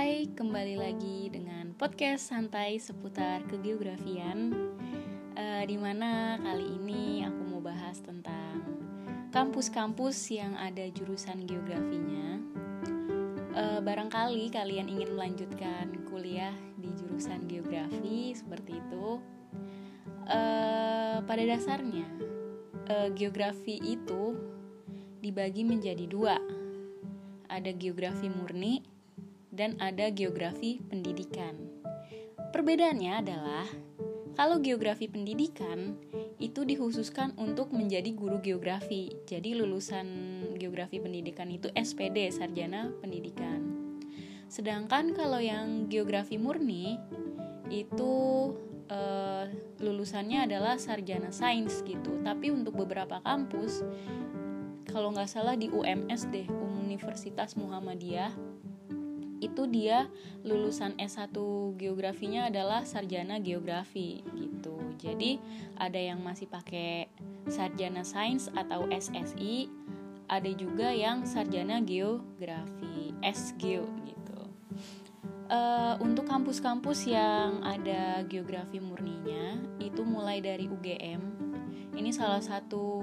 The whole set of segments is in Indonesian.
Hai, kembali lagi dengan podcast santai seputar kegeografian Dimana kali ini aku mau bahas tentang kampus-kampus yang ada jurusan geografinya. Barangkali kalian ingin melanjutkan kuliah di jurusan geografi seperti itu. Pada dasarnya, geografi itu dibagi menjadi dua. Ada geografi murni dan ada geografi pendidikan. Perbedaannya adalah kalau geografi pendidikan itu dikhususkan untuk menjadi guru geografi. Jadi lulusan geografi pendidikan itu SPD, sarjana pendidikan. Sedangkan kalau yang geografi murni itu lulusannya adalah sarjana sains gitu. Tapi untuk beberapa kampus, kalau nggak salah di UMS deh, Universitas Muhammadiyah, itu dia lulusan S1 geografinya adalah sarjana geografi gitu. Jadi ada yang masih pakai sarjana sains atau SSI, ada juga yang sarjana geografi, SGeo gitu. Untuk kampus-kampus yang ada geografi murninya itu mulai dari UGM. Ini salah satu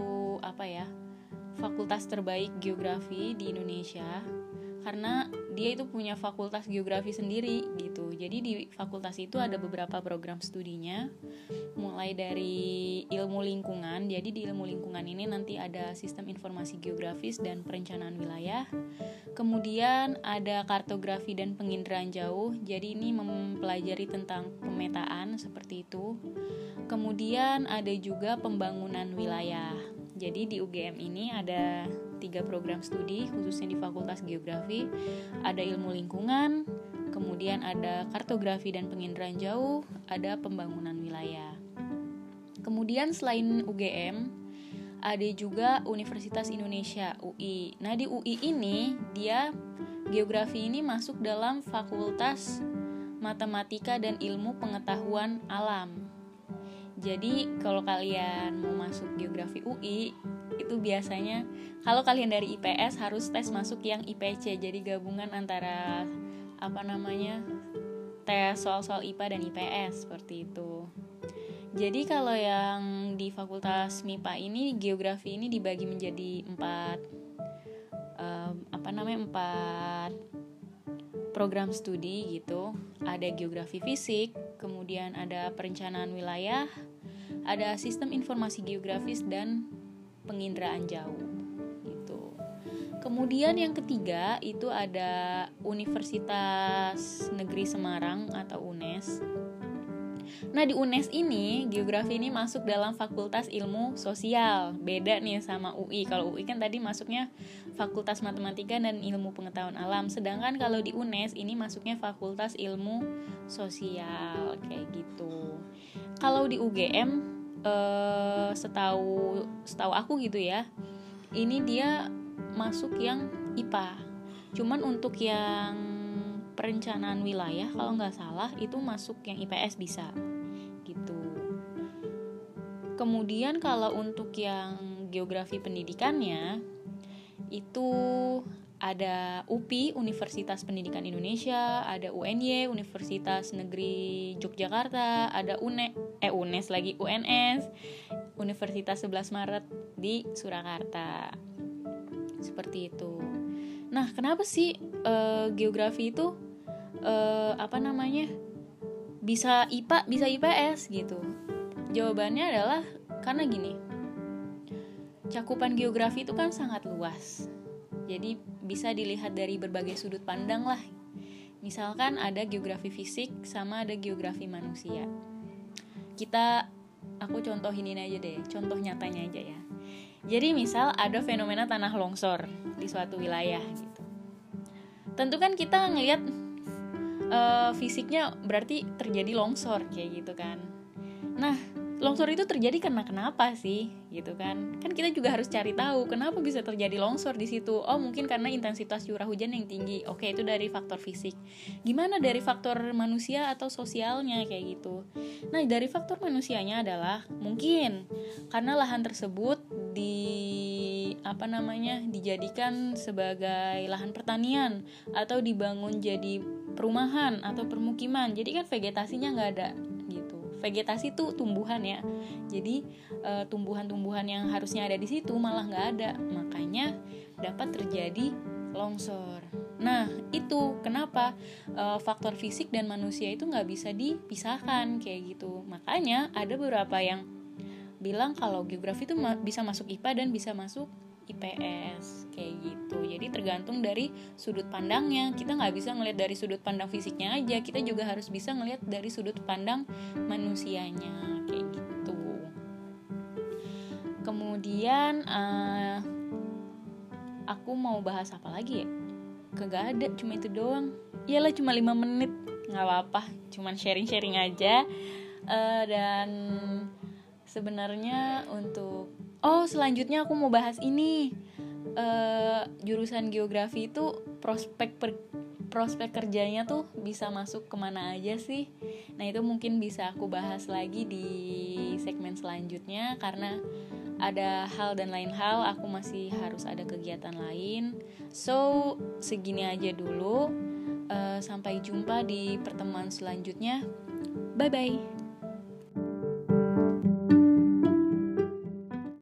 fakultas terbaik geografi di Indonesia, karena dia itu punya fakultas geografi sendiri gitu. Jadi di fakultas itu ada beberapa program studinya, mulai dari ilmu lingkungan. Jadi di ilmu lingkungan ini nanti ada sistem informasi geografis dan perencanaan wilayah. Kemudian ada kartografi dan penginderaan jauh. Jadi ini mempelajari tentang pemetaan seperti itu. Kemudian ada juga pembangunan wilayah. Jadi di UGM ini ada 3 program studi khususnya di Fakultas Geografi. Ada ilmu lingkungan, kemudian ada kartografi dan penginderaan jauh, ada pembangunan wilayah. Kemudian selain UGM, ada juga Universitas Indonesia, UI. Nah di UI ini, dia geografi ini masuk dalam Fakultas Matematika dan Ilmu Pengetahuan Alam. Jadi kalau kalian mau masuk geografi UI, itu biasanya kalau kalian dari IPS harus tes masuk yang IPC. Jadi gabungan antara tes soal-soal IPA dan IPS seperti itu. Jadi kalau yang di Fakultas MIPA ini, geografi ini dibagi menjadi 4 program studi gitu. Ada geografi fisik, kemudian ada perencanaan wilayah, ada sistem informasi geografis dan penginderaan jauh gitu. Kemudian yang ketiga itu ada Universitas Negeri Semarang atau UNES. Nah di UNES ini, geografi ini masuk dalam Fakultas Ilmu Sosial. Beda nih sama UI. Kalau UI kan tadi masuknya Fakultas Matematika dan Ilmu Pengetahuan Alam. Sedangkan kalau di UNES ini masuknya Fakultas Ilmu Sosial, kayak gitu. Kalau di UGM, setahu aku gitu ya, ini dia masuk yang IPA. Cuman untuk yang perencanaan wilayah kalau nggak salah itu masuk yang IPS bisa gitu. Kemudian kalau untuk yang geografi pendidikannya itu ada UPI, Universitas Pendidikan Indonesia, ada UNY, Universitas Negeri Yogyakarta, ada UNES, Universitas 11 Maret di Surakarta. Seperti itu. Nah, kenapa sih geografi itu bisa IPA, bisa IPS gitu? Jawabannya adalah karena gini. Cakupan geografi itu kan sangat luas. Jadi bisa dilihat dari berbagai sudut pandang lah. Misalkan ada geografi fisik sama ada geografi manusia. Aku contohin ini aja deh, contoh nyatanya aja ya. Jadi misal ada fenomena tanah longsor di suatu wilayah gitu. Tentu kan kita ngelihat fisiknya berarti terjadi longsor kayak gitu kan. Nah, longsor itu terjadi karena kenapa sih gitu kan? Kan kita juga harus cari tahu kenapa bisa terjadi longsor di situ. Oh, mungkin karena intensitas curah hujan yang tinggi. Oke, itu dari faktor fisik. Gimana dari faktor manusia atau sosialnya kayak gitu. Nah, dari faktor manusianya adalah mungkin karena lahan tersebut dijadikan sebagai lahan pertanian atau dibangun jadi perumahan atau permukiman. Jadi kan vegetasinya nggak ada gitu. Vegetasi itu tumbuhan ya. Jadi tumbuhan-tumbuhan yang harusnya ada di situ malah nggak ada. Makanya dapat terjadi longsor. Nah, itu kenapa faktor fisik dan manusia itu nggak bisa dipisahkan kayak gitu. Makanya ada beberapa yang bilang kalau geografi itu bisa masuk IPA dan bisa masuk IPS kayak gitu. Jadi tergantung dari sudut pandangnya. Kita nggak bisa ngelihat dari sudut pandang fisiknya aja, kita juga harus bisa ngelihat dari sudut pandang manusianya kayak gitu. Kemudian aku mau bahas apa lagi ya? Kagak ada, cuma itu doang. Iyalah cuma 5 menit, nggak apa-apa, cuman sharing-sharing aja. Dan sebenarnya selanjutnya aku mau bahas ini. Jurusan geografi itu prospek kerjanya tuh bisa masuk kemana aja sih. Nah itu mungkin bisa aku bahas lagi di segmen selanjutnya, karena ada hal dan lain hal, aku masih harus ada kegiatan lain. So segini aja dulu. Sampai jumpa di pertemuan selanjutnya. Bye bye.